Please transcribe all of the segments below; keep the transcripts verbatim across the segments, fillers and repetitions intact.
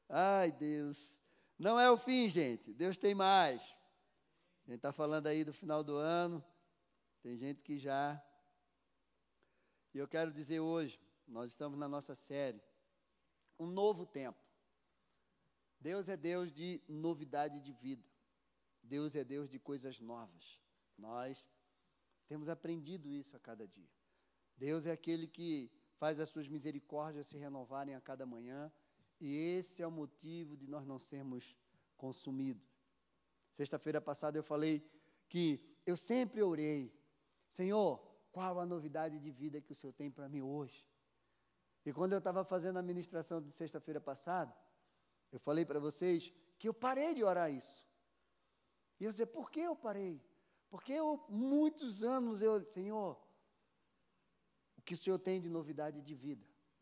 Ai, Deus. Não é o fim, gente. Deus tem mais. A gente está falando aí do final do ano. Tem gente que já... E eu quero dizer hoje, nós estamos na nossa série, um novo tempo. Deus é Deus de novidade de vida. Deus é Deus de coisas novas. Nós temos aprendido isso a cada dia. Deus é aquele que faz as suas misericórdias se renovarem a cada manhã, e esse é o motivo de nós não sermos consumidos. Sexta-feira passada eu falei que eu sempre orei, Senhor, qual a novidade de vida que o Senhor tem para mim hoje? E quando eu estava fazendo a ministração de sexta-feira passada, eu falei para vocês que eu parei de orar isso. E eu disse, por que eu parei? Porque eu, muitos anos, eu, Senhor, o que o Senhor tem de novidade de vida?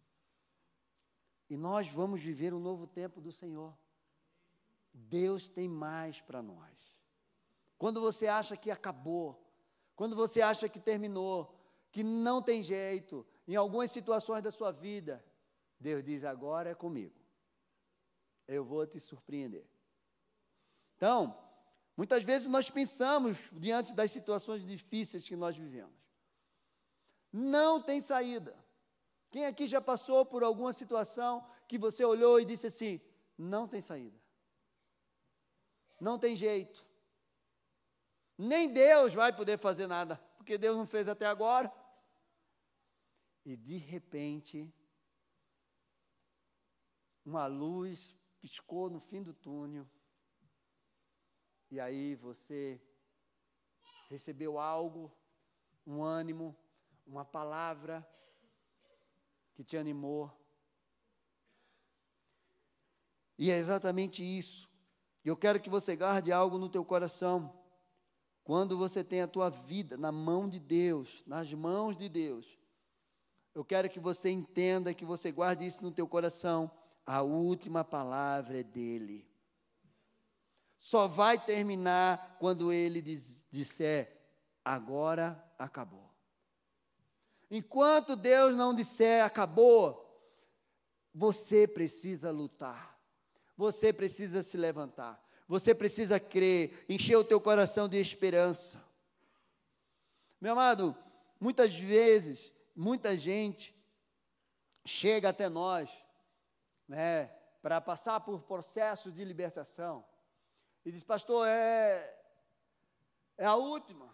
E nós vamos viver um novo tempo do Senhor. Deus tem mais para nós. Quando você acha que acabou, quando você acha que terminou, que não tem jeito, em algumas situações da sua vida, Deus diz, agora é comigo. Eu vou te surpreender. Então, muitas vezes nós pensamos, diante das situações difíceis que nós vivemos, não tem saída. Quem aqui já passou por alguma situação que você olhou e disse assim, não tem saída. Não tem jeito. Nem Deus vai poder fazer nada, porque Deus não fez até agora. E de repente, uma luz piscou no fim do túnel, e aí você recebeu algo, um ânimo, uma palavra que te animou. E é exatamente isso. Eu quero que você guarde algo no teu coração. Quando você tem a tua vida na mão de Deus, nas mãos de Deus, eu quero que você entenda, que você guarde isso no teu coração. A última palavra é dele. Só vai terminar quando ele diz, disser, agora acabou. Enquanto Deus não disser acabou, você precisa lutar. Você precisa se levantar. Você precisa crer, encher o teu coração de esperança. Meu amado, muitas vezes, muita gente chega até nós, né, para passar por processos de libertação, e diz, pastor, é, é a última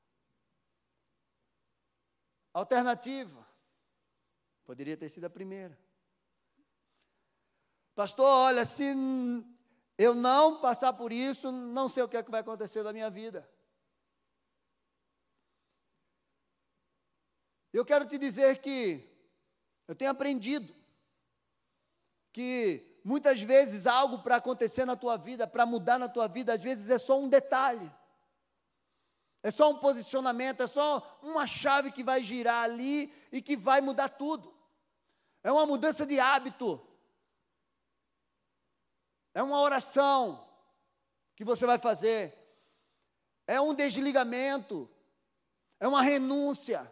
alternativa. Poderia ter sido a primeira. Pastor, olha, se eu não passar por isso, não sei o que é que vai acontecer na minha vida. Eu quero te dizer que eu tenho aprendido que muitas vezes algo para acontecer na tua vida, para mudar na tua vida, às vezes é só um detalhe. É só um posicionamento, é só uma chave que vai girar ali e que vai mudar tudo. É uma mudança de hábito. É uma oração que você vai fazer. É um desligamento. É uma renúncia.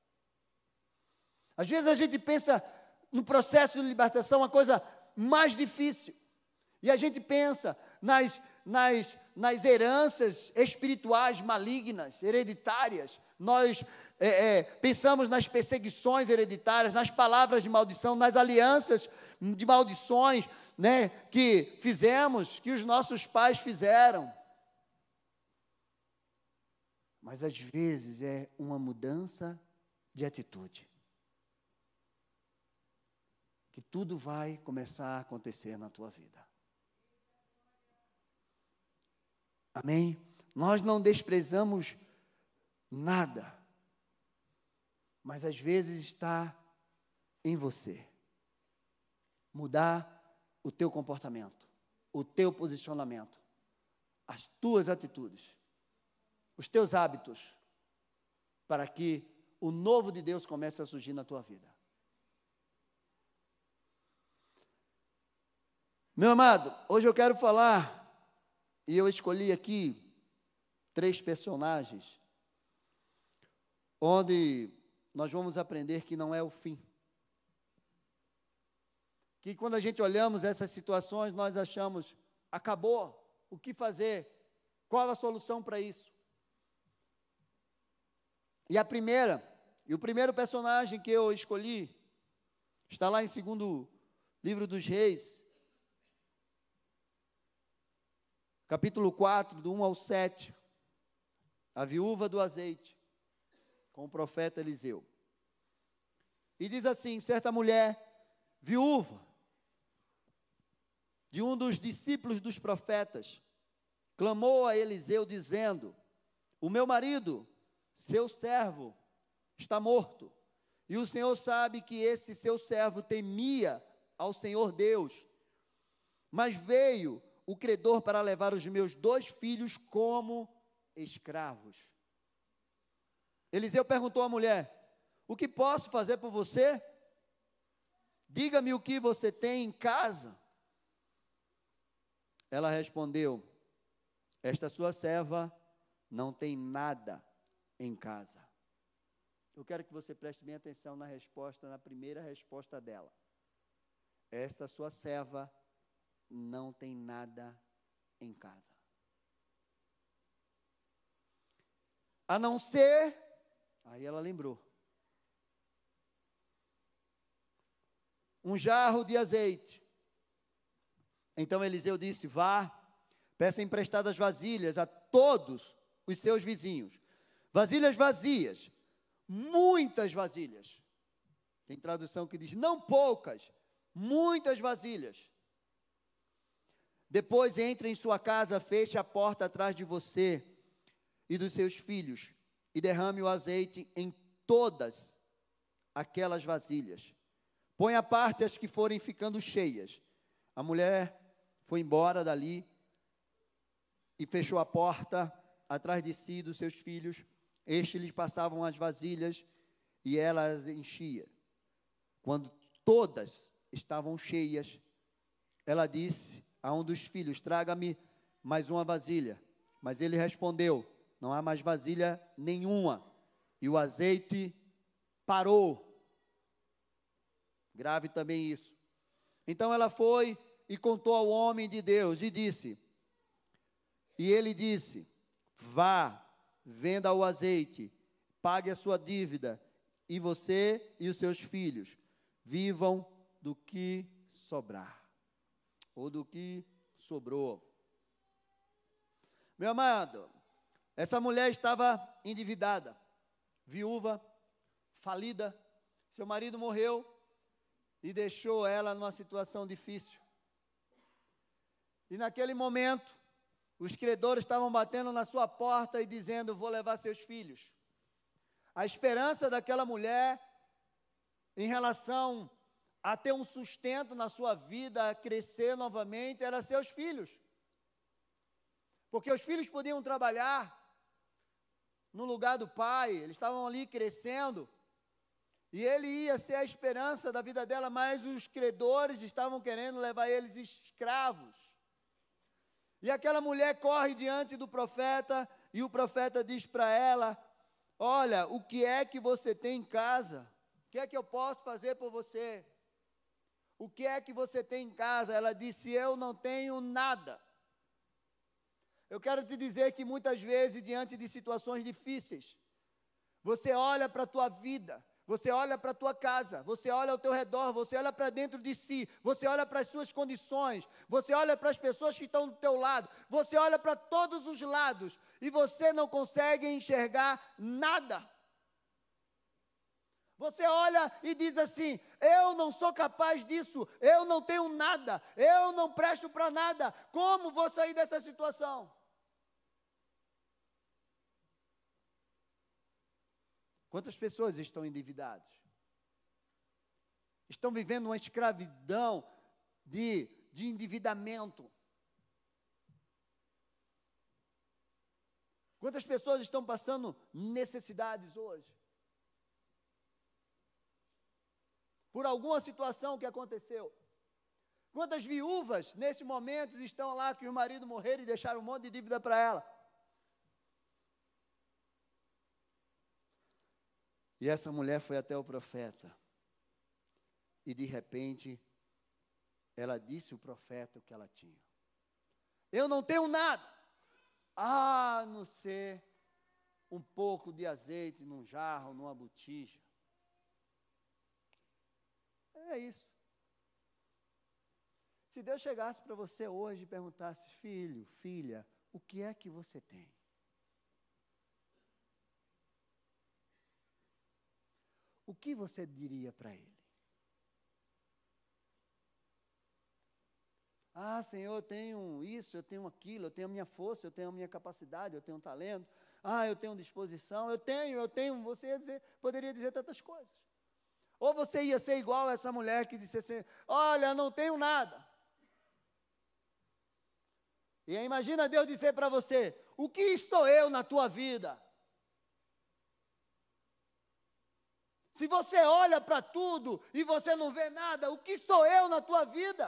Às vezes a gente pensa no processo de libertação uma coisa mais difícil. E a gente pensa nas, nas, nas heranças espirituais malignas, hereditárias. Nós é, é, pensamos nas perseguições hereditárias, nas palavras de maldição, nas alianças de maldições, né, que fizemos, que os nossos pais fizeram. Mas às vezes é uma mudança de atitude. Que tudo vai começar a acontecer na tua vida. Amém? Nós não desprezamos nada, mas às vezes está em você. Mudar o teu comportamento, o teu posicionamento, as tuas atitudes, os teus hábitos, para que o novo de Deus comece a surgir na tua vida. Meu amado, hoje eu quero falar, e eu escolhi aqui três personagens, onde nós vamos aprender que não é o fim, que quando a gente olhamos essas situações, nós achamos, acabou, o que fazer? Qual a solução para isso? E a primeira, e o primeiro personagem que eu escolhi, está lá em segundo livro dos Reis, capítulo quatro, do um ao sete, a viúva do azeite, com o profeta Eliseu. E diz assim: certa mulher, viúva, de um dos discípulos dos profetas, clamou a Eliseu dizendo: o meu marido, seu servo, está morto, e o Senhor sabe que esse seu servo temia ao Senhor Deus, mas veio o credor para levar os meus dois filhos como escravos. Eliseu perguntou à mulher: o que posso fazer por você? Diga-me o que você tem em casa. Ela respondeu: esta sua serva não tem nada em casa. Eu quero que você preste bem atenção na resposta, na primeira resposta dela. Esta sua serva não tem nada em casa. A não ser, aí ela lembrou, um jarro de azeite. Então Eliseu disse: vá, peça emprestadas vasilhas a todos os seus vizinhos. Vasilhas vazias, muitas vasilhas. Tem tradução que diz, não poucas, muitas vasilhas. Depois entre em sua casa, feche a porta atrás de você e dos seus filhos, e derrame o azeite em todas aquelas vasilhas. Põe à parte as que forem ficando cheias. A mulher foi embora dali e fechou a porta atrás de si e dos seus filhos. Estes lhes passavam as vasilhas e ela as enchia. Quando todas estavam cheias, ela disse a um dos filhos: traga-me mais uma vasilha. Mas ele respondeu: não há mais vasilha nenhuma. E o azeite parou. Grave também isso. Então ela foi e contou ao homem de Deus e disse, e ele disse: vá, venda o azeite, pague a sua dívida, e você e os seus filhos vivam do que sobrar, ou do que sobrou. Meu amado, essa mulher estava endividada, viúva, falida, seu marido morreu e deixou ela numa situação difícil. E naquele momento, os credores estavam batendo na sua porta e dizendo: vou levar seus filhos. A esperança daquela mulher em relação a ter um sustento na sua vida, a crescer novamente, era seus filhos. Porque os filhos podiam trabalhar no lugar do pai, eles estavam ali crescendo, e ele ia ser a esperança da vida dela, mas os credores estavam querendo levar eles escravos. E aquela mulher corre diante do profeta, e o profeta diz para ela: olha, o que é que você tem em casa? O que é que eu posso fazer por você? O que é que você tem em casa? Ela disse: eu não tenho nada. Eu quero te dizer que muitas vezes, diante de situações difíceis, você olha para a tua vida, você olha para a tua casa, você olha ao teu redor, você olha para dentro de si, você olha para as suas condições, você olha para as pessoas que estão do teu lado, você olha para todos os lados, e você não consegue enxergar nada. Você olha e diz assim: eu não sou capaz disso, eu não tenho nada, eu não presto para nada, como vou sair dessa situação? Quantas pessoas estão endividadas? Estão vivendo uma escravidão de, de endividamento. Quantas pessoas estão passando necessidades hoje? Por alguma situação que aconteceu. Quantas viúvas, nesse momento, estão lá que o marido morreu e deixaram um monte de dívida para ela? E essa mulher foi até o profeta. E de repente, ela disse o profeta o que ela tinha. Eu não tenho nada, a não ser um pouco de azeite num jarro, numa botija. É isso. Se Deus chegasse para você hoje e perguntasse, filho, filha, o que é que você tem? O que você diria para ele? Ah, Senhor, eu tenho isso, eu tenho aquilo, eu tenho a minha força, eu tenho a minha capacidade, eu tenho um talento. Ah, eu tenho disposição, eu tenho, eu tenho. Você ia dizer, poderia dizer tantas coisas. Ou você ia ser igual a essa mulher que disse assim, olha, não tenho nada. E aí, imagina Deus dizer para você, o que sou eu na tua vida? Se você olha para tudo e você não vê nada, o que sou eu na tua vida?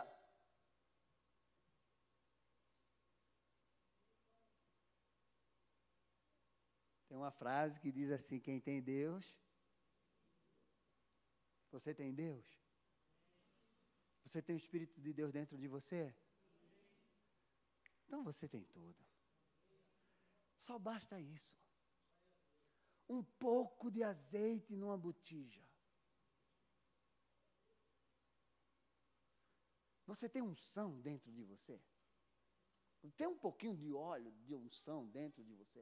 Tem uma frase que diz assim, quem tem Deus, você tem Deus? Você tem o Espírito de Deus dentro de você? Então você tem tudo. Só basta isso. Um pouco de azeite numa botija. Você tem unção dentro de você? Tem um pouquinho de óleo de unção dentro de você?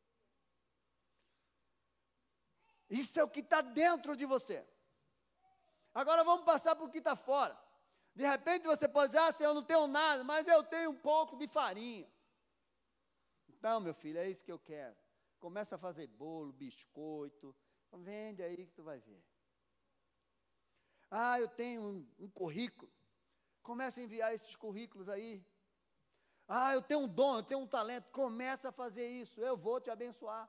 Isso é o que está dentro de você. Agora vamos passar para o que está fora. De repente você pode dizer, ah, Senhor, eu não tenho nada, mas eu tenho um pouco de farinha. Então, meu filho, é isso que eu quero. Começa a fazer bolo, biscoito, vende aí que tu vai ver. Ah, eu tenho um, um currículo. Começa a enviar esses currículos aí. Ah, eu tenho um dom, eu tenho um talento. Começa a fazer isso, eu vou te abençoar.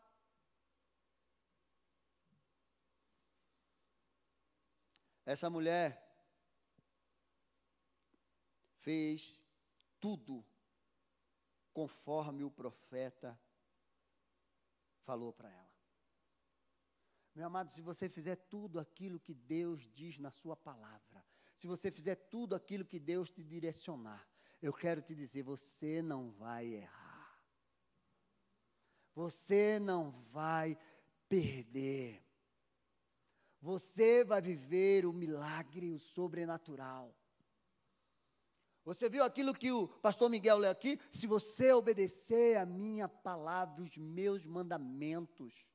Essa mulher fez tudo conforme o profeta falou para ela. Meu amado, se você fizer tudo aquilo que Deus diz na sua palavra, se você fizer tudo aquilo que Deus te direcionar, eu quero te dizer, você não vai errar. Você não vai perder. Você vai viver o milagre, o sobrenatural. Você viu aquilo que o pastor Miguel leu aqui? Se você obedecer a minha palavra, os meus mandamentos,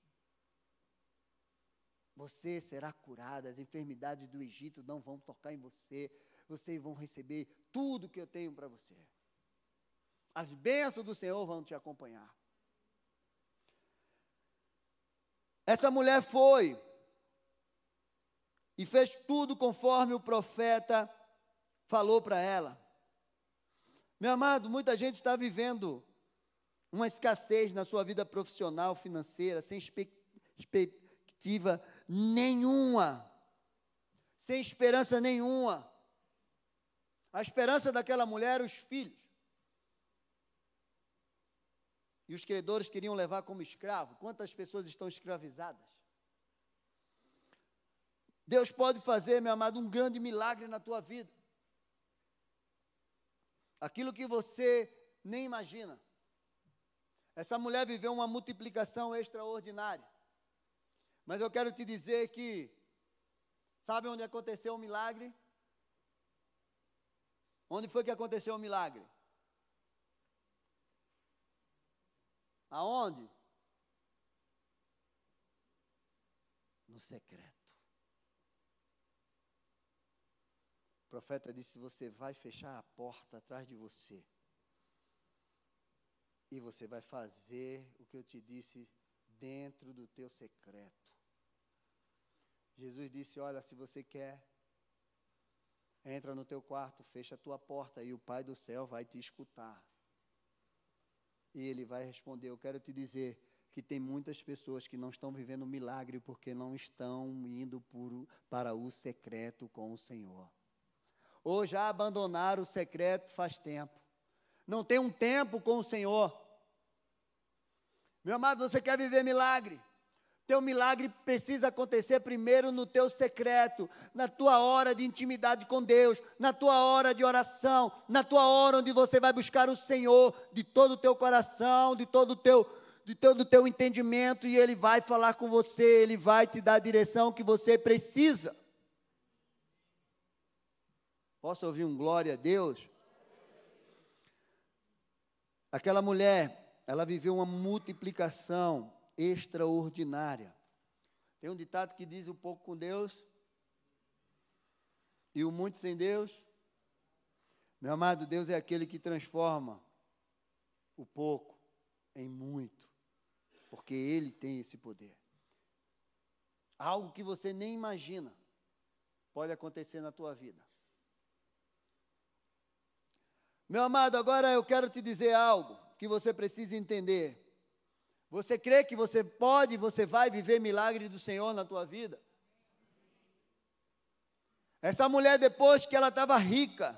você será curado, as enfermidades do Egito não vão tocar em você, vocês vão receber tudo que eu tenho para você. As bênçãos do Senhor vão te acompanhar. Essa mulher foi e fez tudo conforme o profeta falou para ela. Meu amado, muita gente está vivendo uma escassez na sua vida profissional, financeira, sem expectativa nenhuma, sem esperança nenhuma. A esperança daquela mulher era os filhos. E os credores queriam levar como escravo. Quantas pessoas estão escravizadas? Deus pode fazer, meu amado, um grande milagre na tua vida. Aquilo que você nem imagina. Essa mulher viveu uma multiplicação extraordinária. Mas eu quero te dizer que, sabe onde aconteceu o milagre? Onde foi que aconteceu o milagre? Aonde? No secreto. O profeta disse, você vai fechar a porta atrás de você. E você vai fazer o que eu te disse dentro do teu secreto. Jesus disse, olha, se você quer, entra no teu quarto, fecha a tua porta e o Pai do céu vai te escutar. E Ele vai responder, eu quero te dizer que tem muitas pessoas que não estão vivendo milagre porque não estão indo por, para o secreto com o Senhor. Ou já abandonaram o secreto faz tempo. Não tem um tempo com o Senhor. Meu amado, você quer viver milagre? Teu milagre precisa acontecer primeiro no teu secreto, na tua hora de intimidade com Deus, na tua hora de oração, na tua hora onde você vai buscar o Senhor de todo o teu coração, de todo o teu, de todo o teu entendimento, e Ele vai falar com você, Ele vai te dar a direção que você precisa. Posso ouvir um glória a Deus? Aquela mulher, ela viveu uma multiplicação extraordinária. Tem um ditado que diz: o pouco com Deus e o muito sem Deus. Meu amado, Deus é aquele que transforma o pouco em muito, porque Ele tem esse poder. Algo que você nem imagina pode acontecer na tua vida. Meu amado, agora eu quero te dizer algo que você precisa entender. Você crê que você pode, você vai viver milagre do Senhor na tua vida? Essa mulher, depois que ela estava rica,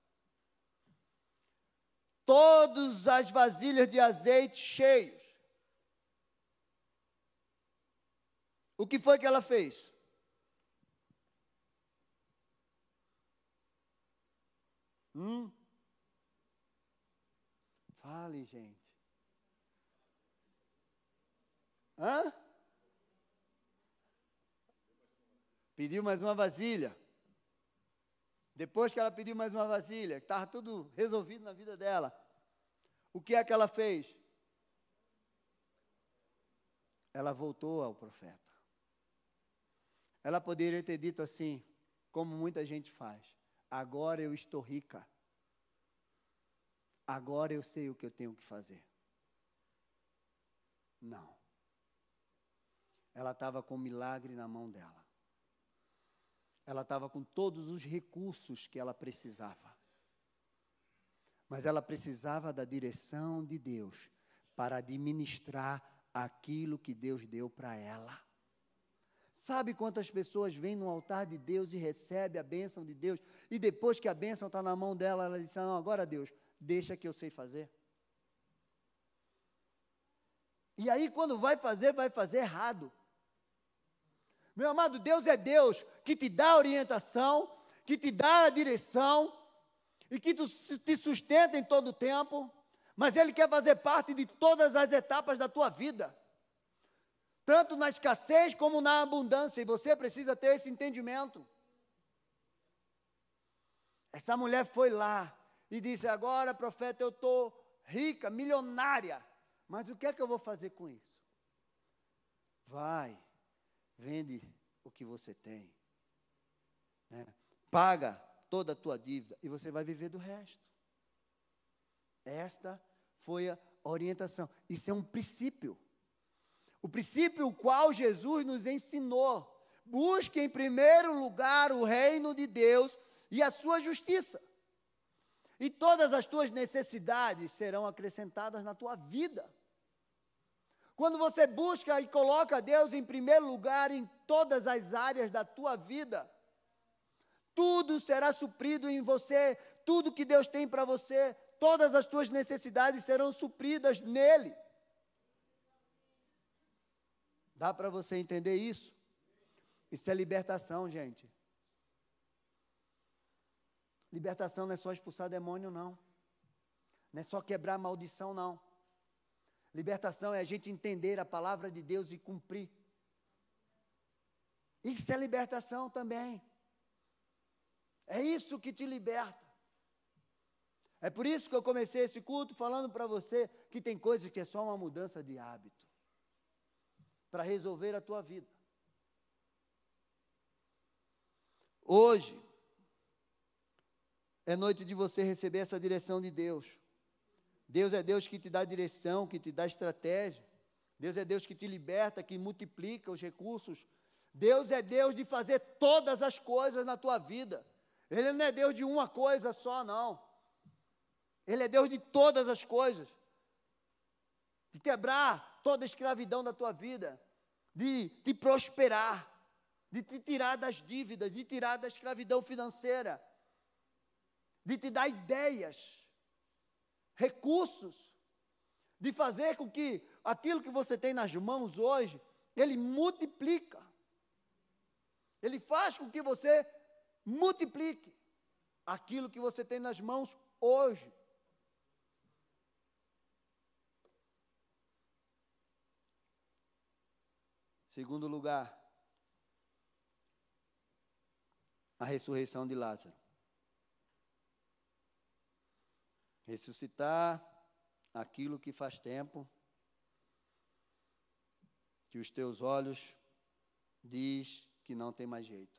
todas as vasilhas de azeite cheios, o que foi que ela fez? Hum? Fale, gente. Hã? Pediu mais uma vasilha. Depois que ela pediu mais uma vasilha, estava tudo resolvido na vida dela, o que é que ela fez? Ela voltou ao profeta. Ela poderia ter dito assim, como muita gente faz: agora eu estou rica. Agora eu sei o que eu tenho que fazer. Não. Ela estava com o milagre na mão dela. Ela estava com todos os recursos que ela precisava. Mas ela precisava da direção de Deus para administrar aquilo que Deus deu para ela. Sabe quantas pessoas vêm no altar de Deus e recebem a bênção de Deus, e depois que a bênção está na mão dela, ela diz: não, agora Deus, deixa que eu sei fazer. E aí quando vai fazer, vai fazer errado. Meu amado, Deus é Deus que te dá a orientação, que te dá a direção, e que te sustenta em todo o tempo, mas Ele quer fazer parte de todas as etapas da tua vida, tanto na escassez como na abundância, e você precisa ter esse entendimento. Essa mulher foi lá e disse: agora, profeta, eu estou rica, milionária, mas o que é que eu vou fazer com isso? Vai, vende o que você tem, né? Paga toda a tua dívida e você vai viver do resto. Esta foi a orientação. Isso é um princípio. O princípio o qual Jesus nos ensinou. Busque em primeiro lugar o reino de Deus e a sua justiça, e todas as tuas necessidades serão acrescentadas na tua vida. Quando você busca e coloca Deus em primeiro lugar em todas as áreas da tua vida, tudo será suprido em você, tudo que Deus tem para você, todas as tuas necessidades serão supridas nele. Dá para você entender isso? Isso é libertação, gente. Libertação não é só expulsar demônio, não. Não é só quebrar maldição, não. Libertação é a gente entender a palavra de Deus e cumprir. Isso é libertação também. É isso que te liberta. É por isso que eu comecei esse culto falando para você que tem coisas que é só uma mudança de hábito para resolver a tua vida. Hoje é noite de você receber essa direção de Deus. Deus é Deus que te dá direção, que te dá estratégia. Deus é Deus que te liberta, que multiplica os recursos. Deus é Deus de fazer todas as coisas na tua vida. Ele não é Deus de uma coisa só, não. Ele é Deus de todas as coisas. De quebrar toda a escravidão da tua vida. De te prosperar. De te tirar das dívidas, de tirar da escravidão financeira. De te dar ideias, recursos, de fazer com que aquilo que você tem nas mãos hoje Ele multiplica. Ele faz com que você multiplique aquilo que você tem nas mãos hoje. Segundo lugar, a ressurreição de Lázaro. Ressuscitar aquilo que faz tempo que os teus olhos diz que não tem mais jeito.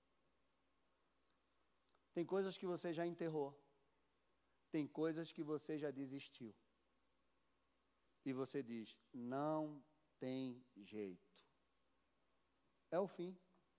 Tem coisas que você já enterrou. Tem coisas que você já desistiu. E você diz, não tem jeito. É o fim.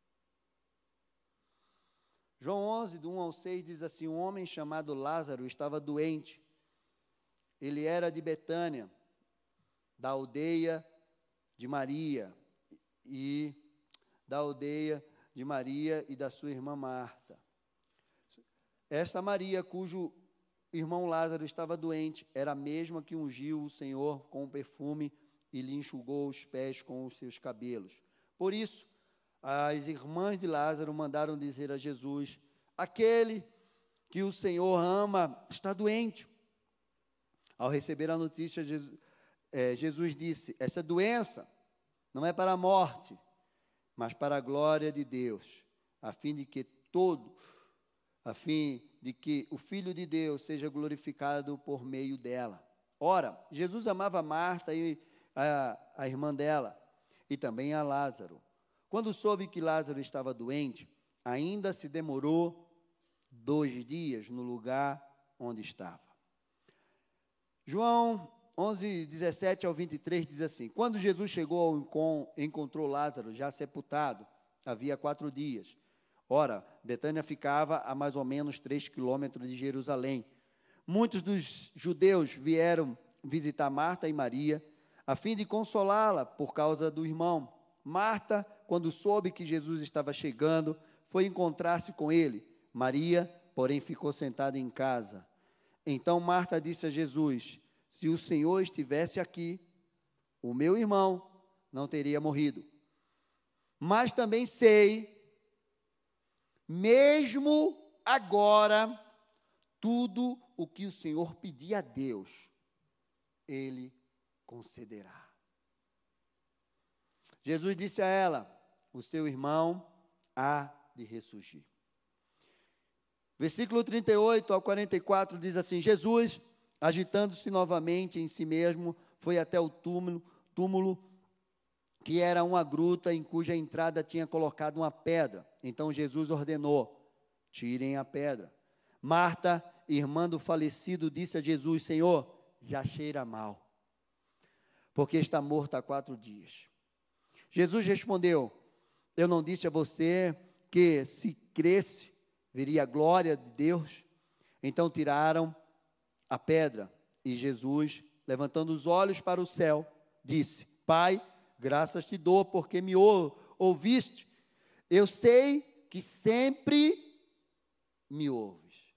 João onze, do um ao seis, diz assim, um homem chamado Lázaro estava doente. Ele era de Betânia, da aldeia de Maria, e da aldeia de Maria e da sua irmã Marta. Esta Maria, cujo irmão Lázaro estava doente, era a mesma que ungiu o Senhor com perfume e lhe enxugou os pés com os seus cabelos. Por isso, as irmãs de Lázaro mandaram dizer a Jesus, aquele que o Senhor ama está doente. Ao receber a notícia, Jesus, é, Jesus disse, esta doença não é para a morte, mas para a glória de Deus, a fim de que todo, a fim de que o Filho de Deus seja glorificado por meio dela. Ora, Jesus amava Marta e a, a irmã dela, e também a Lázaro. Quando soube que Lázaro estava doente, ainda se demorou dois dias no lugar onde estava. João onze, dezessete ao vinte e três diz assim, quando Jesus chegou ao encontro, encontrou Lázaro já sepultado, havia quatro dias. Ora, Betânia ficava a mais ou menos três quilômetros de Jerusalém. Muitos dos judeus vieram visitar Marta e Maria, a fim de consolá-la por causa do irmão. Marta, quando soube que Jesus estava chegando, foi encontrar-se com ele. Maria, porém, ficou sentada em casa. Então Marta disse a Jesus, se o Senhor estivesse aqui, o meu irmão não teria morrido. Mas também sei, mesmo agora, tudo o que o Senhor pedir a Deus, Ele concederá. Jesus disse a ela, o seu irmão há de ressurgir. Versículo trinta e oito ao quarenta e quatro diz assim, Jesus, agitando-se novamente em si mesmo, foi até o túmulo, túmulo, que era uma gruta em cuja entrada tinha colocado uma pedra. Então Jesus ordenou, tirem a pedra. Marta, irmã do falecido, disse a Jesus, Senhor, já cheira mal, porque está morto há quatro dias. Jesus respondeu, eu não disse a você que se cresce, viria a glória de Deus? Então tiraram a pedra e Jesus, levantando os olhos para o céu, disse, Pai, graças te dou porque me ouviste. Eu sei que sempre me ouves.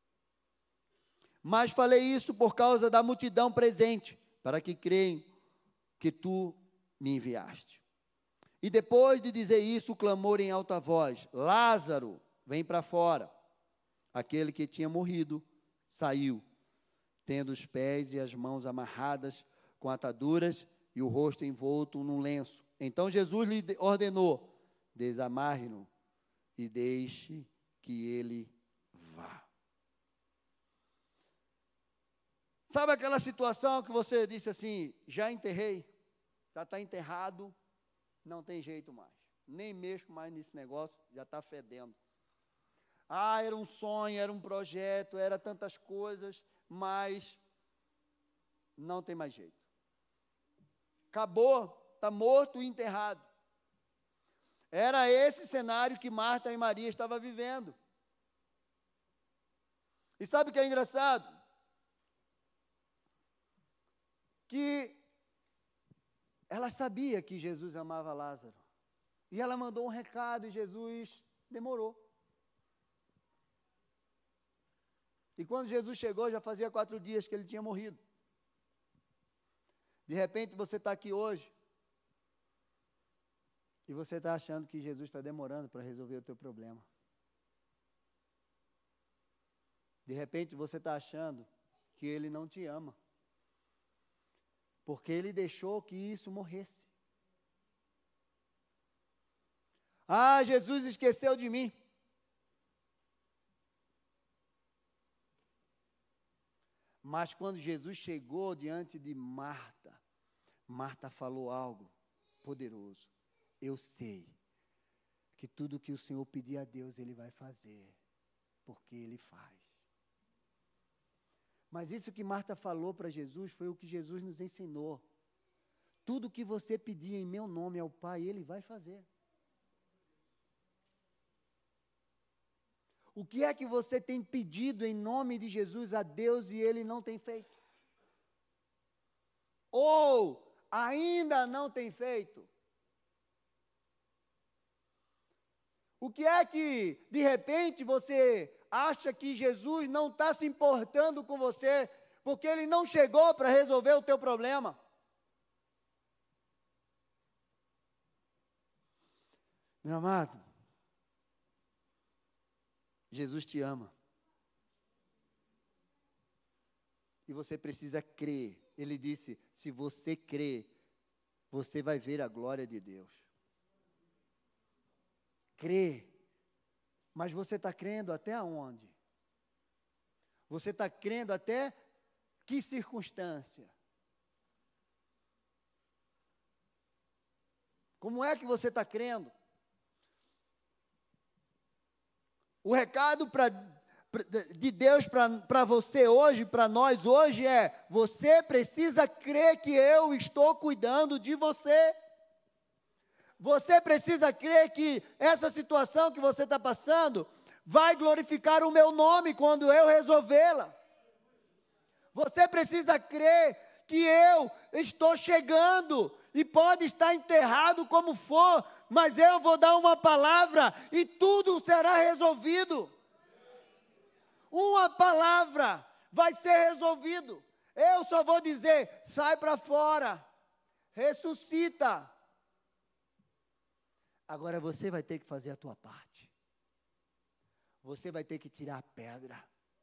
Mas falei isso por causa da multidão presente, para que creiam que tu me enviaste. E depois de dizer isso, o clamor em alta voz, Lázaro, vem para fora. Aquele que tinha morrido saiu, tendo os pés e as mãos amarradas com ataduras e o rosto envolto num lenço. Então Jesus lhe ordenou, desamarre-no e deixe que ele vá. Sabe aquela situação que você disse assim, já enterrei, já está enterrado, não tem jeito mais. Nem mexo mais nesse negócio, já está fedendo. Ah, era um sonho, era um projeto, era tantas coisas, mas não tem mais jeito. Acabou, está morto e enterrado. Era esse cenário que Marta e Maria estavam vivendo. E sabe o que é engraçado? Que ela sabia que Jesus amava Lázaro. E ela mandou um recado e Jesus demorou. E quando Jesus chegou, já fazia quatro dias que ele tinha morrido. De repente, você está aqui hoje, E você está achando que Jesus está demorando para resolver o teu problema. De repente você está achando que Ele não te ama. Porque Ele deixou que isso morresse. Ah, Jesus esqueceu de mim. Mas quando Jesus chegou diante de Marta, Marta falou algo poderoso. Eu sei que tudo que o Senhor pedir a Deus, Ele vai fazer, porque Ele faz. Mas isso que Marta falou para Jesus foi o que Jesus nos ensinou. Tudo que você pedir em meu nome ao Pai, Ele vai fazer. O que é que você tem pedido em nome de Jesus a Deus e Ele não tem feito? Ou ainda não tem feito? O que é que, de repente, você acha que Jesus não está se importando com você, porque Ele não chegou para resolver o teu problema? Meu amado, Jesus te ama. E você precisa crer. Ele disse, se você crer, você vai ver a glória de Deus. Crê. Mas você está crendo até onde? Você está crendo até que circunstância? Como é que você está crendo? O recado pra, pra, de Deus para você hoje, para nós hoje é, você precisa crer que eu estou cuidando de você. Você precisa crer que essa situação que você está passando vai glorificar o meu nome quando eu resolvê-la. Você precisa crer que eu estou chegando e pode estar enterrado como for, mas eu vou dar uma palavra e tudo será resolvido. Uma palavra vai ser resolvido. Eu só vou dizer, sai para fora, ressuscita. Agora você vai ter que fazer a tua parte. Você vai ter que tirar a pedra.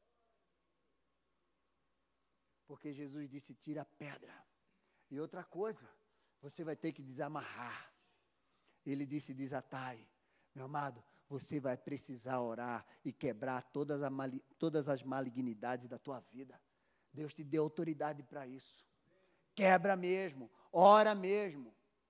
Porque Jesus disse, tira a pedra. E outra coisa, você vai ter que desamarrar. Ele disse, desatai. Meu amado, você vai precisar orar e quebrar todas, a mali, todas as malignidades da tua vida. Deus te deu autoridade para isso. Quebra mesmo, ora mesmo.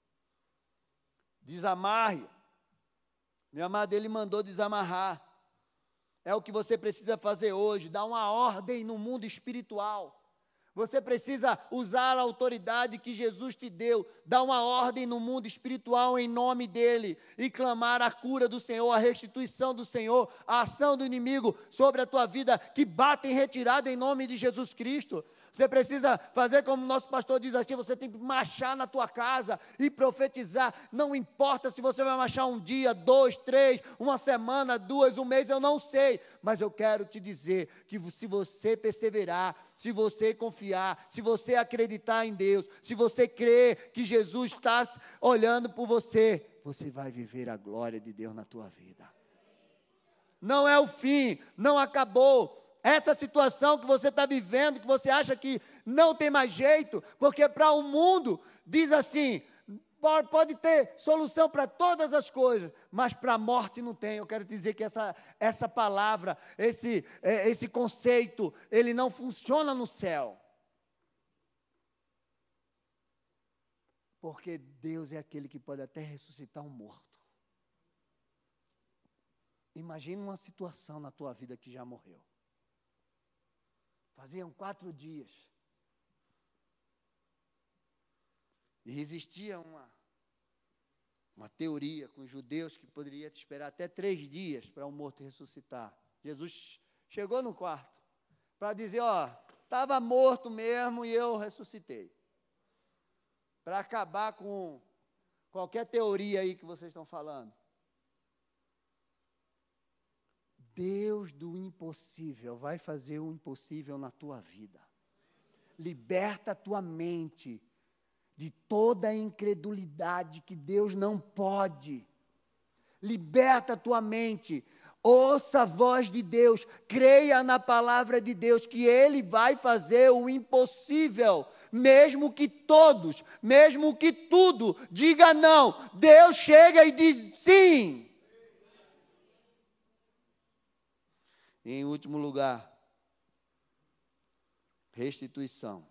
Desamarre. Meu amado, Ele mandou desamarrar. É o que você precisa fazer hoje, dar uma ordem no mundo espiritual. Você precisa usar a autoridade que Jesus te deu, dar uma ordem no mundo espiritual em nome dEle e clamar a cura do Senhor, a restituição do Senhor, a ação do inimigo sobre a tua vida, que bate em retirada em nome de Jesus Cristo. Você precisa fazer como o nosso pastor diz assim, você tem que marchar na tua casa e profetizar. Não importa se você vai marchar um dia, dois, três, uma semana, duas, um mês, eu não sei. Mas eu quero te dizer que se você perseverar, se você confiar, se você acreditar em Deus, se você crer que Jesus está olhando por você, você vai viver a glória de Deus na tua vida. Não é o fim, não acabou. Essa situação que você está vivendo, que você acha que não tem mais jeito, porque para o mundo, diz assim, pode ter solução para todas as coisas, mas para a morte não tem. Eu quero dizer que essa, essa palavra, esse, esse conceito, ele não funciona no céu. Porque Deus é aquele que pode até ressuscitar um morto. Imagina uma situação na tua vida que já morreu. Faziam quatro dias. E existia uma, uma teoria com os judeus que poderia te esperar até três dias para um morto ressuscitar. Jesus chegou no quarto para dizer, ó, estava morto mesmo e eu ressuscitei. Para acabar com qualquer teoria aí que vocês estão falando. Deus do impossível vai fazer o impossível na tua vida. Liberta a tua mente de toda a incredulidade que Deus não pode. Liberta a tua mente. Ouça a voz de Deus, creia na palavra de Deus, que Ele vai fazer o impossível, mesmo que todos, mesmo que tudo diga não, Deus chega e diz sim. E em último lugar, restituição.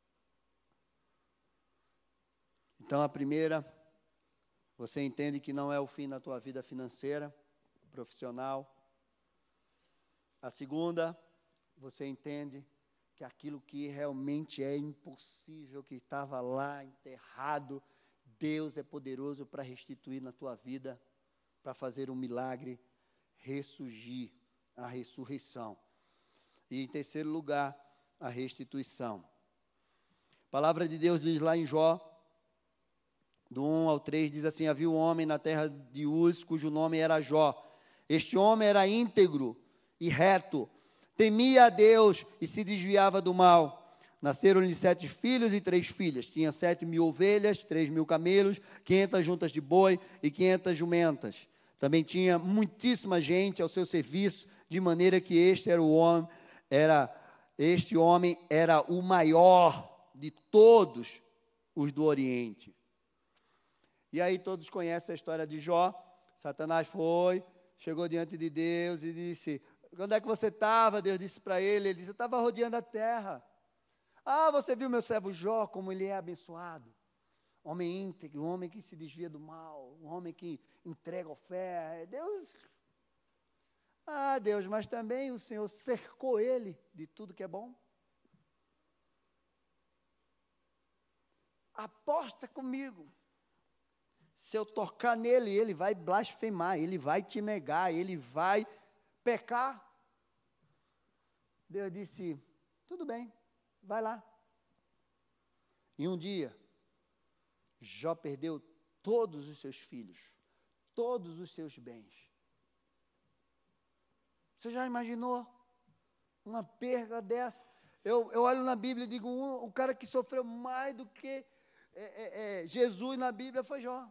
Então a primeira, você entende que não é o fim na tua vida financeira, profissional. A segunda, você entende que aquilo que realmente é impossível, que estava lá enterrado, Deus é poderoso para restituir na tua vida, para fazer um milagre, ressurgir, a ressurreição. E em terceiro lugar, a restituição. A palavra de Deus diz lá em Jó, do um ao três, diz assim: havia um homem na terra de Uz, cujo nome era Jó. Este homem era íntegro e reto, temia a Deus e se desviava do mal. Nasceram-lhe sete filhos e três filhas. Tinha sete mil ovelhas, três mil camelos, quinhentas juntas de boi e quinhentas jumentas. Também tinha muitíssima gente ao seu serviço, de maneira que este era o homem, era, este homem era o maior de todos os do Oriente. E aí todos conhecem a história de Jó. Satanás foi, chegou diante de Deus e disse: onde é que você estava? Deus disse para ele, ele disse: eu estava rodeando a terra. Ah, você viu meu servo Jó, como ele é abençoado. Homem íntegro, homem que se desvia do mal, um homem que entrega oferta. Deus, ah Deus, mas também o Senhor cercou ele de tudo que é bom. Aposta comigo. Se eu tocar nele, ele vai blasfemar, ele vai te negar, ele vai pecar. Deus disse: tudo bem, vai lá. E um dia, Jó perdeu todos os seus filhos, todos os seus bens. Você já imaginou uma perda dessa? Eu, eu olho na Bíblia e digo, um, o cara que sofreu mais do que é, é, é, Jesus na Bíblia foi Jó.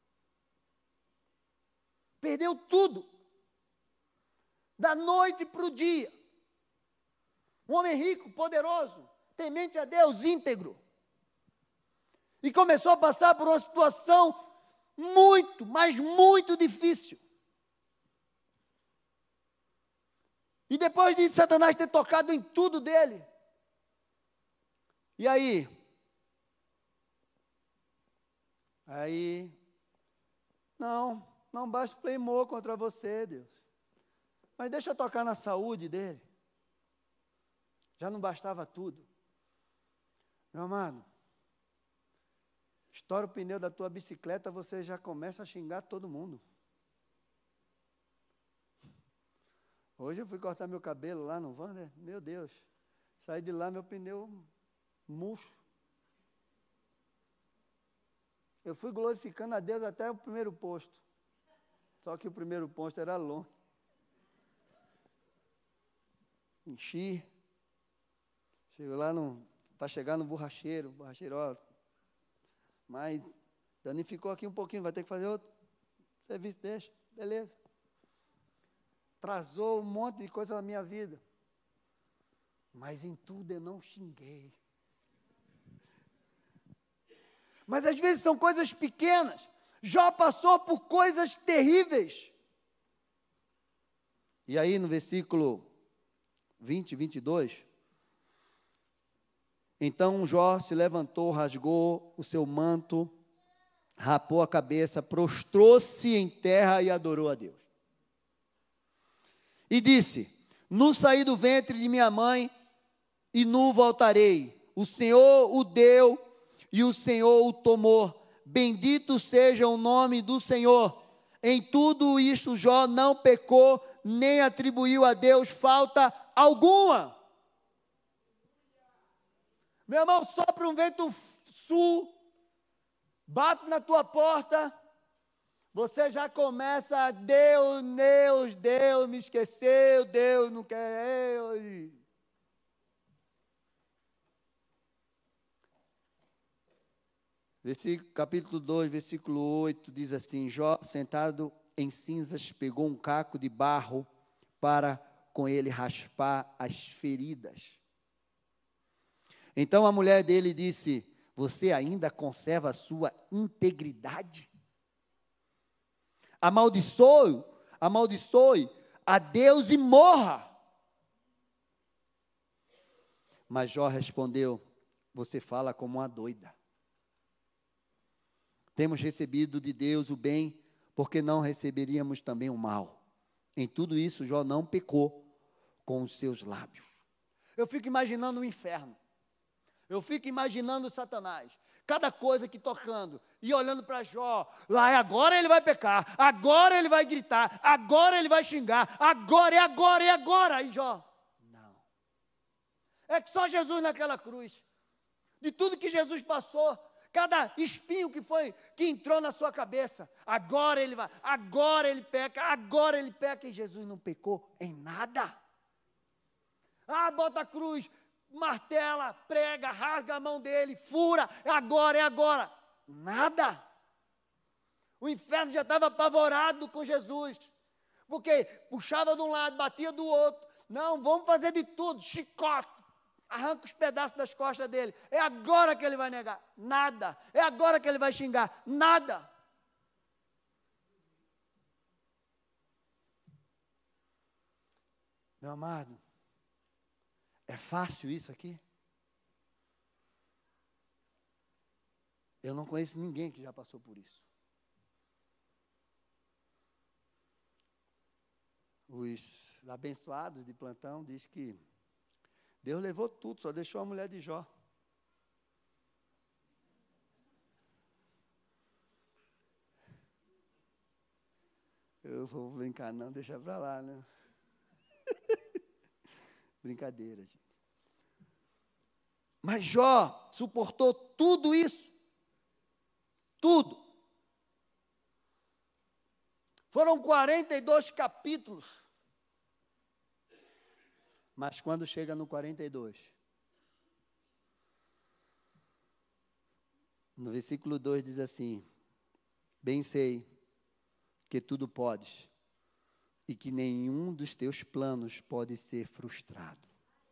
Perdeu tudo, da noite para o dia. Um homem rico, poderoso, temente a Deus, íntegro. E começou a passar por uma situação muito, mas muito difícil. E depois de Satanás ter tocado em tudo dele. E aí? Aí, não, não blasfemou contra você, Deus. Mas deixa eu tocar na saúde dele. Já não bastava tudo. Meu amado, estoura o pneu da tua bicicleta, você já começa a xingar todo mundo. Hoje eu fui cortar meu cabelo lá no Wander, meu Deus, saí de lá, meu pneu murcho. Eu fui glorificando a Deus até o primeiro posto. Só que o primeiro posto era longe. Enchi. Chego lá para chegar no borracheiro. Borracheiro, ó. Mas danificou aqui um pouquinho, vai ter que fazer outro serviço, deixa. Beleza. Atrasou um monte de coisa na minha vida. Mas em tudo eu não xinguei. Mas às vezes são coisas pequenas. Jó passou por coisas terríveis. E aí no versículo vinte, vinte e dois, então Jó se levantou, rasgou o seu manto, rapou a cabeça, prostrou-se em terra e adorou a Deus. E disse: nu saí do ventre de minha mãe e nu voltarei. O Senhor o deu e o Senhor o tomou. Bendito seja o nome do Senhor. Em tudo isto Jó não pecou, nem atribuiu a Deus falta alguma. Meu irmão, sopra um vento sul, bate na tua porta, você já começa a Deus, Deus, Deus me esqueceu, Deus não quer eu. Versículo, capítulo dois, versículo oito, diz assim: Jó, sentado em cinzas, pegou um caco de barro para com ele raspar as feridas. Então a mulher dele disse: você ainda conserva a sua integridade? Amaldiçoe, amaldiçoe a Deus e morra. Mas Jó respondeu: você fala como uma doida. Temos recebido de Deus o bem, porque não receberíamos também o mal. Em tudo isso, Jó não pecou com os seus lábios. Eu fico imaginando o inferno. Eu fico imaginando Satanás. Cada coisa que tocando e olhando para Jó, lá agora ele vai pecar, agora ele vai gritar, agora ele vai xingar, agora, é agora, é agora. E Jó, não. É que só Jesus naquela cruz, de tudo que Jesus passou, cada espinho que foi, que entrou na sua cabeça, agora ele vai, agora ele peca, agora ele peca, e Jesus não pecou em nada. Ah, bota a cruz, martela, prega, rasga a mão dele, fura, é agora, é agora. Nada. O inferno já estava apavorado com Jesus, porque puxava de um lado, batia do outro. Não, vamos fazer de tudo, chicote, arranca os pedaços das costas dele. É agora que ele vai negar. Nada. É agora que ele vai xingar. Nada. Meu amado, é fácil isso aqui? Eu não conheço ninguém que já passou por isso. Os abençoados de plantão diz que Deus levou tudo, só deixou a mulher de Jó. Eu vou brincar não, deixa para lá, né? Brincadeira, gente. Mas Jó suportou tudo isso. Tudo. Foram quarenta e dois capítulos. Mas quando chega no quarenta e dois, no versículo dois diz assim: bem sei que tudo podes e que nenhum dos teus planos pode ser frustrado.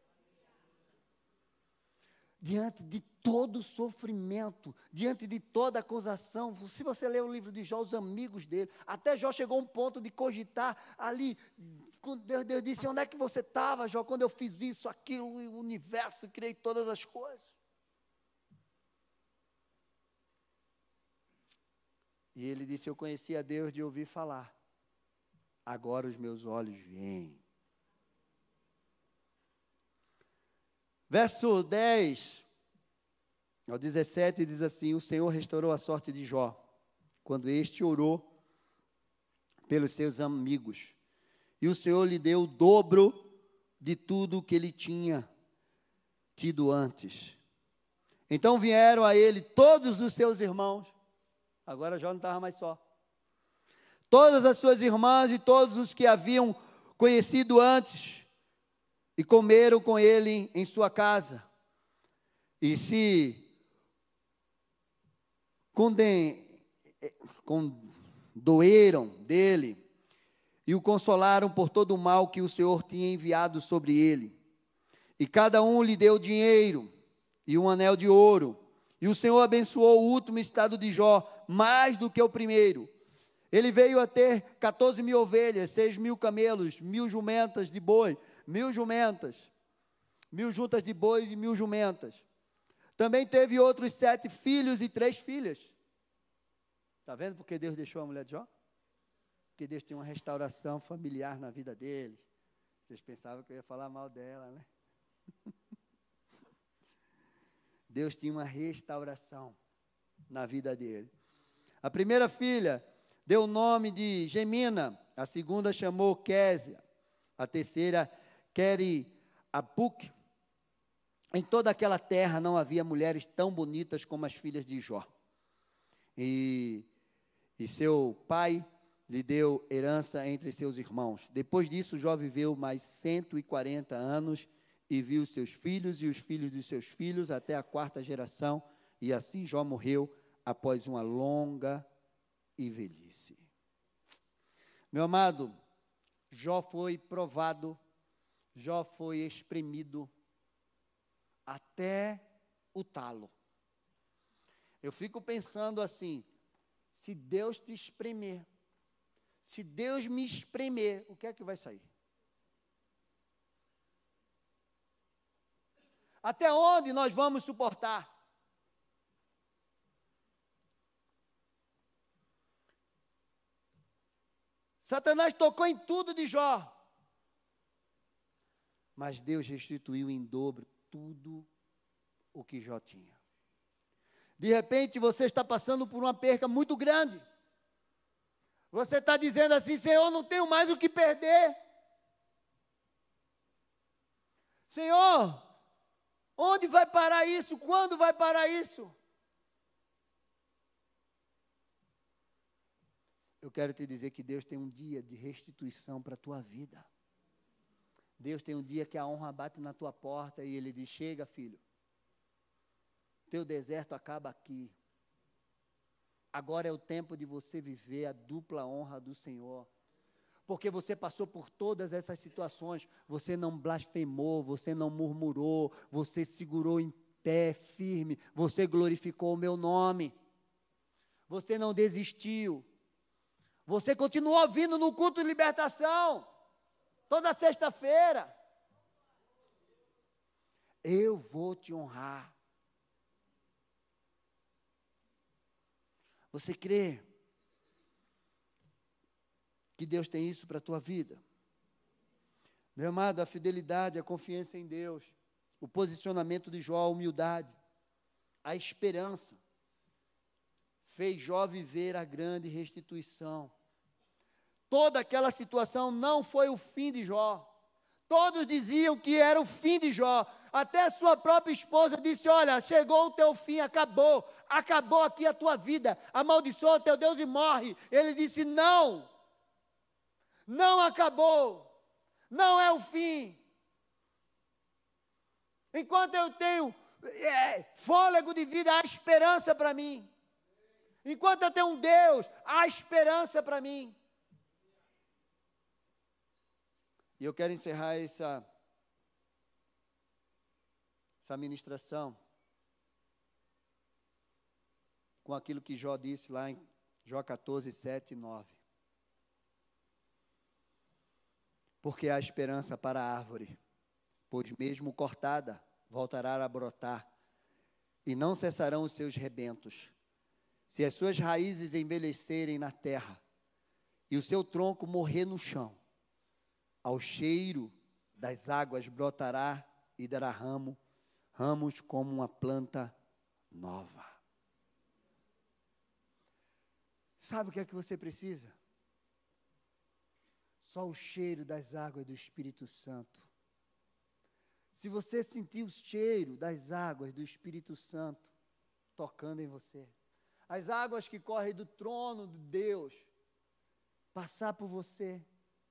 Diante de todo o sofrimento, diante de toda a acusação, se você ler o livro de Jó, os amigos dele, até Jó chegou a um ponto de cogitar ali, Deus, Deus disse: onde é que você estava, Jó, quando eu fiz isso, aquilo, o universo, criei todas as coisas. E ele disse: eu conhecia Deus de ouvir falar, agora os meus olhos veem. Verso dez ao dezessete diz assim: o Senhor restaurou a sorte de Jó, quando este orou pelos seus amigos, e o Senhor lhe deu o dobro de tudo que ele tinha tido antes. Então vieram a ele todos os seus irmãos, agora Jó não estava mais só, todas as suas irmãs e todos os que haviam conhecido antes, e comeram com ele em sua casa, e se condoeram dele, e o consolaram por todo o mal que o Senhor tinha enviado sobre ele. E cada um lhe deu dinheiro e um anel de ouro. E o Senhor abençoou o último estado de Jó, mais do que o primeiro. Ele veio a ter quatorze mil ovelhas, seis mil camelos, mil jumentas de boi, mil jumentas, mil juntas de bois e mil jumentas. Também teve outros sete filhos e três filhas. Está vendo porque Deus deixou a mulher de Jó? Porque Deus tem uma restauração familiar na vida deles. Vocês pensavam que eu ia falar mal dela, né? Deus tinha uma restauração na vida dele. A primeira filha deu o nome de Gemina, a segunda chamou Késia, a terceira Queri-Apuc. Em toda aquela terra não havia mulheres tão bonitas como as filhas de Jó. E, e seu pai lhe deu herança entre seus irmãos. Depois disso, Jó viveu mais cento e quarenta anos e viu seus filhos e os filhos de seus filhos até a quarta geração, e assim Jó morreu após uma longa e velhice. Meu amado, Jó foi provado, Jó foi espremido até o talo. Eu fico pensando assim, se Deus te espremer, se Deus me espremer, o que é que vai sair? Até onde nós vamos suportar? Satanás tocou em tudo de Jó, mas Deus restituiu em dobro tudo o que Jó tinha. De repente você está passando por uma perca muito grande. Você está dizendo assim, Senhor, não tenho mais o que perder. Senhor, onde vai parar isso? Quando vai parar isso? Eu quero te dizer que Deus tem um dia de restituição para a tua vida. Deus tem um dia que a honra bate na tua porta e Ele diz, chega, filho. Teu deserto acaba aqui. Agora é o tempo de você viver a dupla honra do Senhor. Porque você passou por todas essas situações, você não blasfemou, você não murmurou, você segurou em pé firme, você glorificou o meu nome. Você não desistiu. Você continuou vindo no culto de libertação, toda sexta-feira. Eu vou te honrar. Você crê que Deus tem isso para a tua vida? Meu amado, a fidelidade, a confiança em Deus, o posicionamento de Jó, a humildade, a esperança, fez Jó viver a grande restituição. Toda aquela situação não foi o fim de Jó. Todos diziam que era o fim de Jó. Até a sua própria esposa disse, olha, chegou o teu fim, acabou. Acabou aqui a tua vida. Amaldiçoa o teu Deus e morre. Ele disse, não. Não acabou. Não é o fim. Enquanto eu tenho é, fôlego de vida, há esperança para mim. Enquanto eu tenho um Deus, há esperança para mim. E eu quero encerrar essa, essa ministração com aquilo que Jó disse lá em Jó catorze, sete e nove. Porque há esperança para a árvore, pois mesmo cortada, voltará a brotar, e não cessarão os seus rebentos. Se as suas raízes envelhecerem na terra, e o seu tronco morrer no chão, ao cheiro das águas brotará e dará ramo, ramos como uma planta nova. Sabe o que é que você precisa? Só o cheiro das águas do Espírito Santo. Se você sentir o cheiro das águas do Espírito Santo tocando em você, as águas que correm do trono de Deus, passar por você,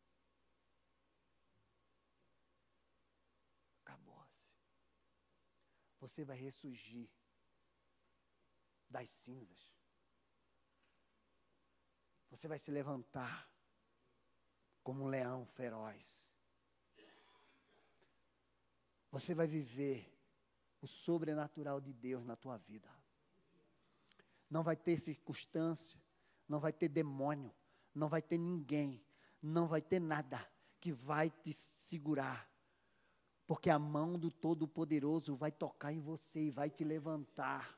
acabou-se. Você vai ressurgir das cinzas. Você vai se levantar como um leão feroz. Você vai viver o sobrenatural de Deus na tua vida. Não vai ter circunstância, não vai ter demônio, não vai ter ninguém, não vai ter nada que vai te segurar. Porque a mão do Todo-Poderoso vai tocar em você e vai te levantar.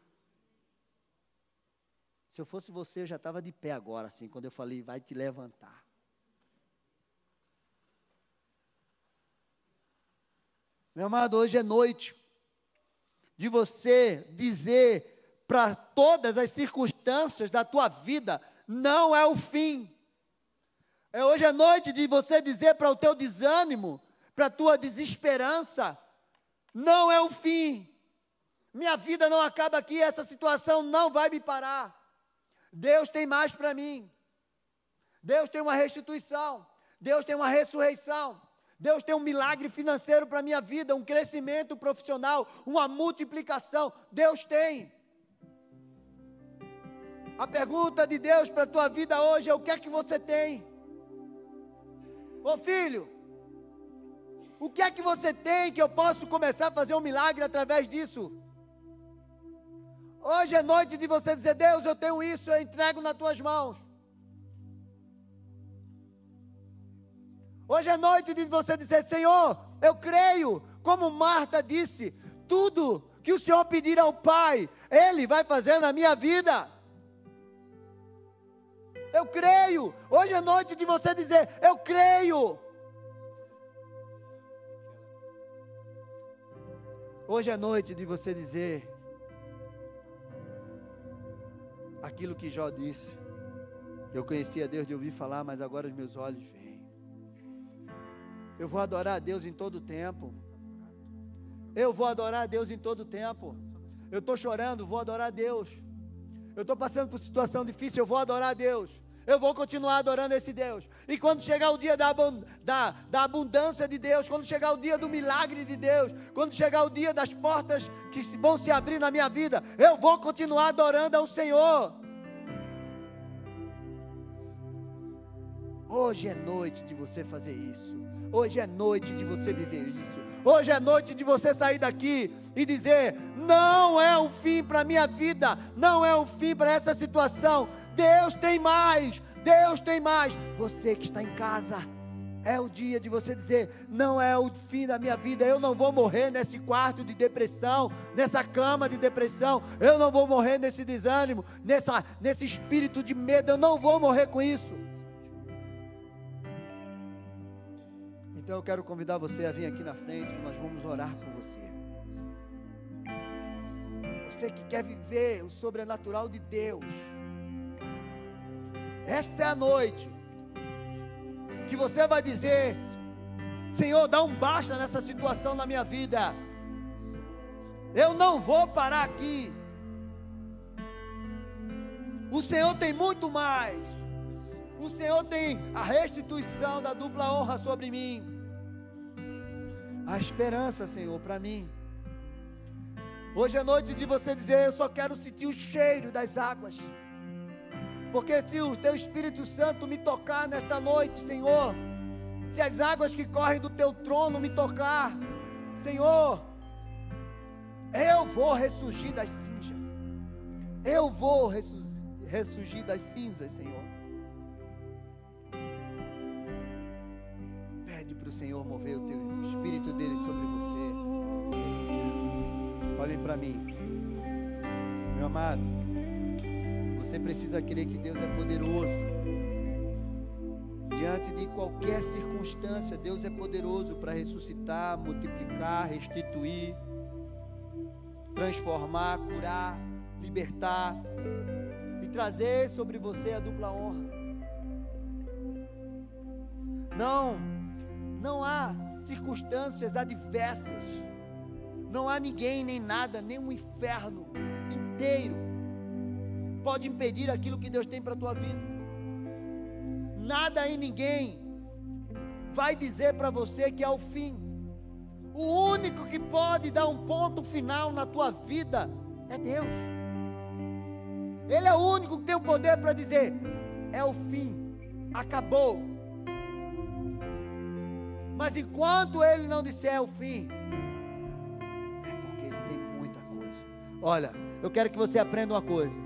Se eu fosse você, eu já estava de pé agora, assim, quando eu falei, vai te levantar. Meu amado, hoje é noite de você dizer para todas as circunstâncias da tua vida, não é o fim. É hoje é noite de você dizer para o teu desânimo, para a tua desesperança, não é o fim. Minha vida não acaba aqui, essa situação não vai me parar. Deus tem mais para mim. Deus tem uma restituição. Deus tem uma ressurreição. Deus tem um milagre financeiro para a minha vida, um crescimento profissional, uma multiplicação. Deus tem. A pergunta de Deus para a tua vida hoje é: o que é que você tem? Ô filho, o que é que você tem que eu posso começar a fazer um milagre através disso? Hoje é noite de você dizer: Deus, eu tenho isso, eu entrego nas tuas mãos. Hoje é noite de você dizer: Senhor, eu creio, como Marta disse, tudo que o Senhor pedir ao Pai, Ele vai fazer na minha vida. Eu creio. Hoje é noite de você dizer: eu creio. Hoje é noite de você dizer aquilo que Jó disse: eu conhecia Deus de ouvir falar, mas agora os meus olhos veem. Eu vou adorar a Deus em todo tempo. Eu vou adorar a Deus em todo tempo. Eu estou chorando, vou adorar a Deus. Eu estou passando por situação difícil, eu vou adorar a Deus. Eu vou continuar adorando esse Deus. E quando chegar o dia da, da, da abundância de Deus, quando chegar o dia do milagre de Deus, quando chegar o dia das portas que vão se abrir na minha vida, eu vou continuar adorando ao Senhor. Hoje é noite de você fazer isso. Hoje é noite de você viver isso. Hoje é noite de você sair daqui e dizer: não é o fim para a minha vida, não é o fim para essa situação. Deus tem mais, Deus tem mais. Você que está em casa, é o dia de você dizer: não é o fim da minha vida, eu não vou morrer nesse quarto de depressão, nessa cama de depressão, eu não vou morrer nesse desânimo, nessa, nesse espírito de medo, eu não vou morrer com isso. Então eu quero convidar você a vir aqui na frente, que nós vamos orar por você. Você que quer viver o sobrenatural de Deus, essa é a noite que você vai dizer: Senhor, dá um basta nessa situação na minha vida. Eu não vou parar aqui. O Senhor tem muito mais. O Senhor tem a restituição da dupla honra sobre mim. A esperança, Senhor, para mim. Hoje é noite de você dizer: eu só quero sentir o cheiro das águas. Porque se o Teu Espírito Santo me tocar nesta noite, Senhor, se as águas que correm do Teu trono me tocar, Senhor, eu vou ressurgir das cinzas. Eu vou ressurgir das cinzas, Senhor. Pede para o Senhor mover o Teu Espírito dele sobre você. Olhem para mim, meu amado. Você precisa crer que Deus é poderoso. Diante de qualquer circunstância, Deus é poderoso para ressuscitar, multiplicar, restituir, transformar, curar, libertar e trazer sobre você a dupla honra. Não, não há circunstâncias adversas, não há ninguém, nem nada, nem um inferno inteiro pode impedir aquilo que Deus tem para a tua vida. Nada e ninguém vai dizer para você que é o fim. O único que pode dar um ponto final na tua vida é Deus. Ele é o único que tem o poder para dizer: é o fim, acabou. Mas enquanto Ele não disser é o fim, é porque Ele tem muita coisa. Olha, eu quero que você aprenda uma coisa.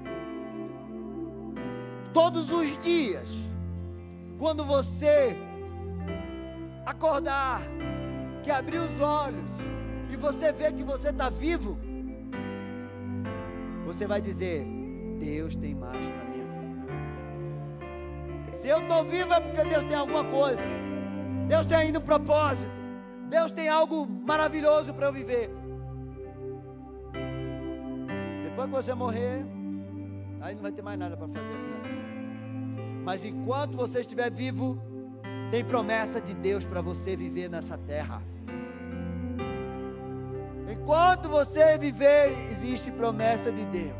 Todos os dias, quando você acordar, que abrir os olhos e você ver que você está vivo, você vai dizer: Deus tem mais para a minha vida. Se eu estou vivo é porque Deus tem alguma coisa. Deus tem ainda um propósito. Deus tem algo maravilhoso para eu viver. Depois que você morrer, aí não vai ter mais nada para fazer aqui na terra. Mas enquanto você estiver vivo, tem promessa de Deus para você viver nessa terra. Enquanto você viver, existe promessa de Deus.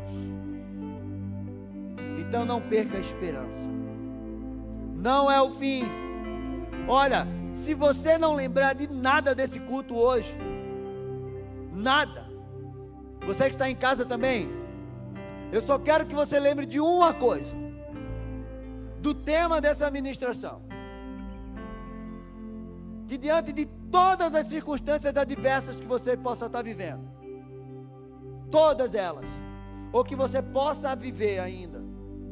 Então não perca a esperança. Não é o fim. Olha, se você não lembrar de nada desse culto hoje, nada, você que está em casa também, Eu só quero que você lembre de uma coisa, do tema dessa ministração. Que diante de todas as circunstâncias adversas que você possa estar vivendo, todas elas, ou que você possa viver ainda,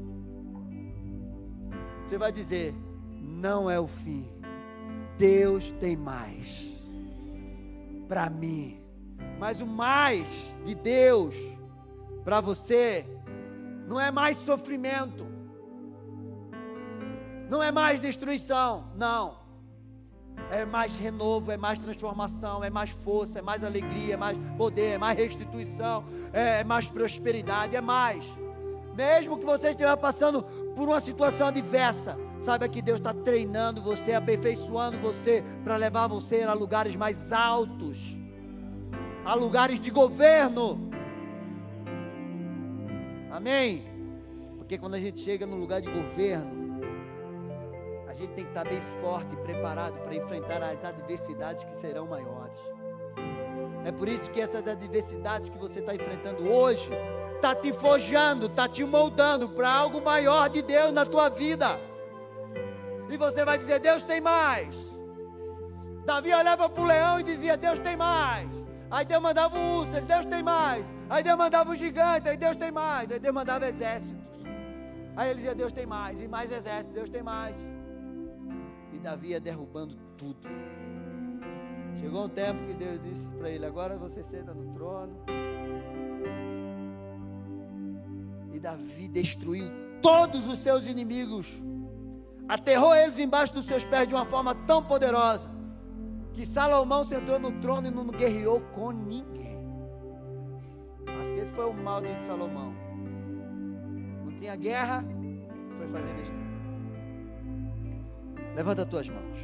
você vai dizer: não é o fim, Deus tem mais para mim. Mas o mais de Deus para você não é mais sofrimento, não é mais destruição, não. É mais renovo, é mais transformação, é mais força, é mais alegria, é mais poder, é mais restituição, é mais prosperidade, é mais. Mesmo que você estiver passando por uma situação adversa, saiba que Deus está treinando você, aperfeiçoando você, para levar você a lugares mais altos, a lugares de governo. Amém? Porque quando a gente chega no lugar de governo, a gente tem que estar bem forte e preparado para enfrentar as adversidades que serão maiores. É por isso que essas adversidades que você está enfrentando hoje está te forjando, está te moldando para algo maior de Deus na tua vida. E você vai dizer: Deus tem mais. Davi olhava para o leão e dizia: Deus tem mais. Aí Deus mandava o urso, Deus tem mais. Aí Deus mandava o gigante, aí Deus tem mais. Aí Deus mandava exércitos. Aí ele dizia: Deus tem mais, e mais exércitos, Deus tem mais. E Davi ia derrubando tudo. Chegou um tempo que Deus disse para ele: agora você senta no trono. E Davi destruiu todos os seus inimigos, aterrou eles embaixo dos seus pés de uma forma tão poderosa, que Salomão sentou no trono e não guerreou com ninguém. Acho que esse foi o mal de Salomão. Não tinha guerra, foi fazer besteira. Levanta as tuas mãos.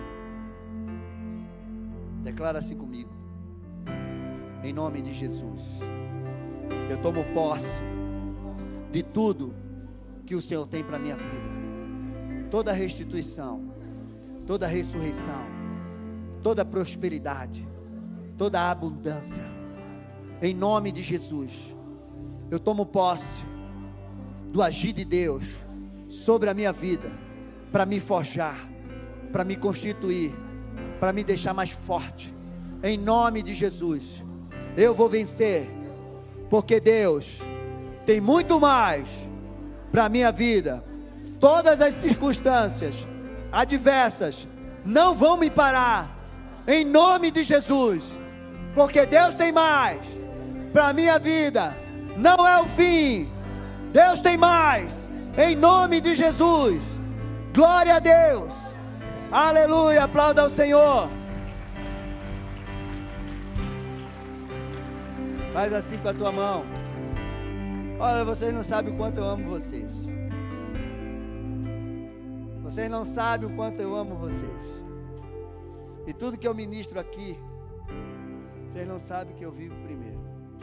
Declara assim comigo: em nome de Jesus, eu tomo posse de tudo que o Senhor tem para a minha vida. Toda restituição, toda ressurreição, toda prosperidade, toda abundância. Em nome de Jesus, eu tomo posse do agir de Deus sobre a minha vida, para me forjar, para me constituir, para me deixar mais forte. Em nome de Jesus, eu vou vencer, porque Deus tem muito mais para a minha vida. Todas as circunstâncias adversas não vão me parar, em nome de Jesus, porque Deus tem mais para a minha vida. Não é o fim, Deus tem mais, em nome de Jesus. Glória a Deus, aleluia, aplauda ao Senhor. Faz assim com a tua mão. Olha, vocês não sabem o quanto eu amo vocês. Vocês não sabem o quanto eu amo vocês. E tudo que eu ministro aqui, vocês não sabem que eu vivo primeiro.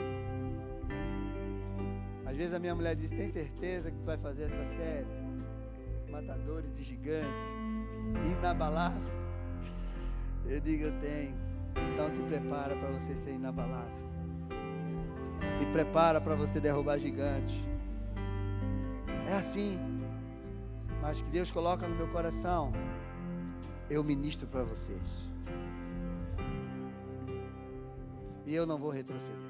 Às vezes a minha mulher diz: tem certeza que tu vai fazer essa série? Matadores de gigantes, inabalável. Eu digo: eu tenho. Então te prepara para você ser inabalável. Te prepara para você derrubar gigantes. É assim. Mas que Deus coloca no meu coração, eu ministro para vocês. E eu não vou retroceder.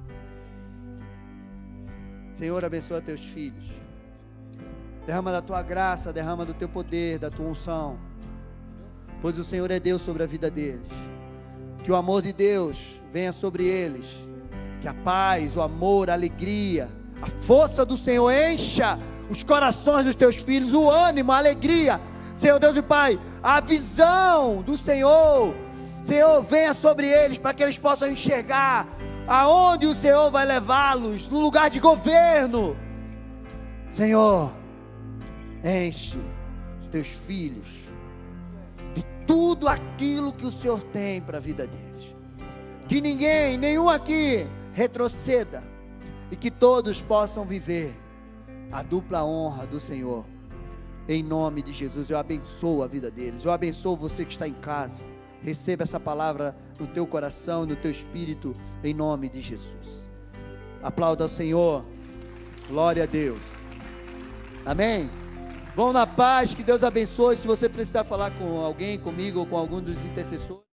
Senhor, abençoa teus filhos. Derrama da tua graça, derrama do teu poder, da tua unção. Pois o Senhor é Deus sobre a vida deles. Que o amor de Deus venha sobre eles. Que a paz, o amor, a alegria, a força do Senhor encha os corações dos teus filhos, o ânimo, a alegria. Senhor Deus e Pai, a visão do Senhor, Senhor, venha sobre eles, para que eles possam enxergar aonde o Senhor vai levá-los, no lugar de governo. Senhor, enche teus filhos de tudo aquilo que o Senhor tem para a vida deles. Que ninguém, nenhum aqui retroceda, e que todos possam viver a dupla honra do Senhor. Em nome de Jesus, eu abençoo a vida deles. Eu abençoo você que está em casa. Receba essa palavra no teu coração, no teu espírito, em nome de Jesus. Aplauda ao Senhor. Glória a Deus. Amém? Vão na paz, que Deus abençoe. Se você precisar falar com alguém, comigo ou com algum dos intercessores.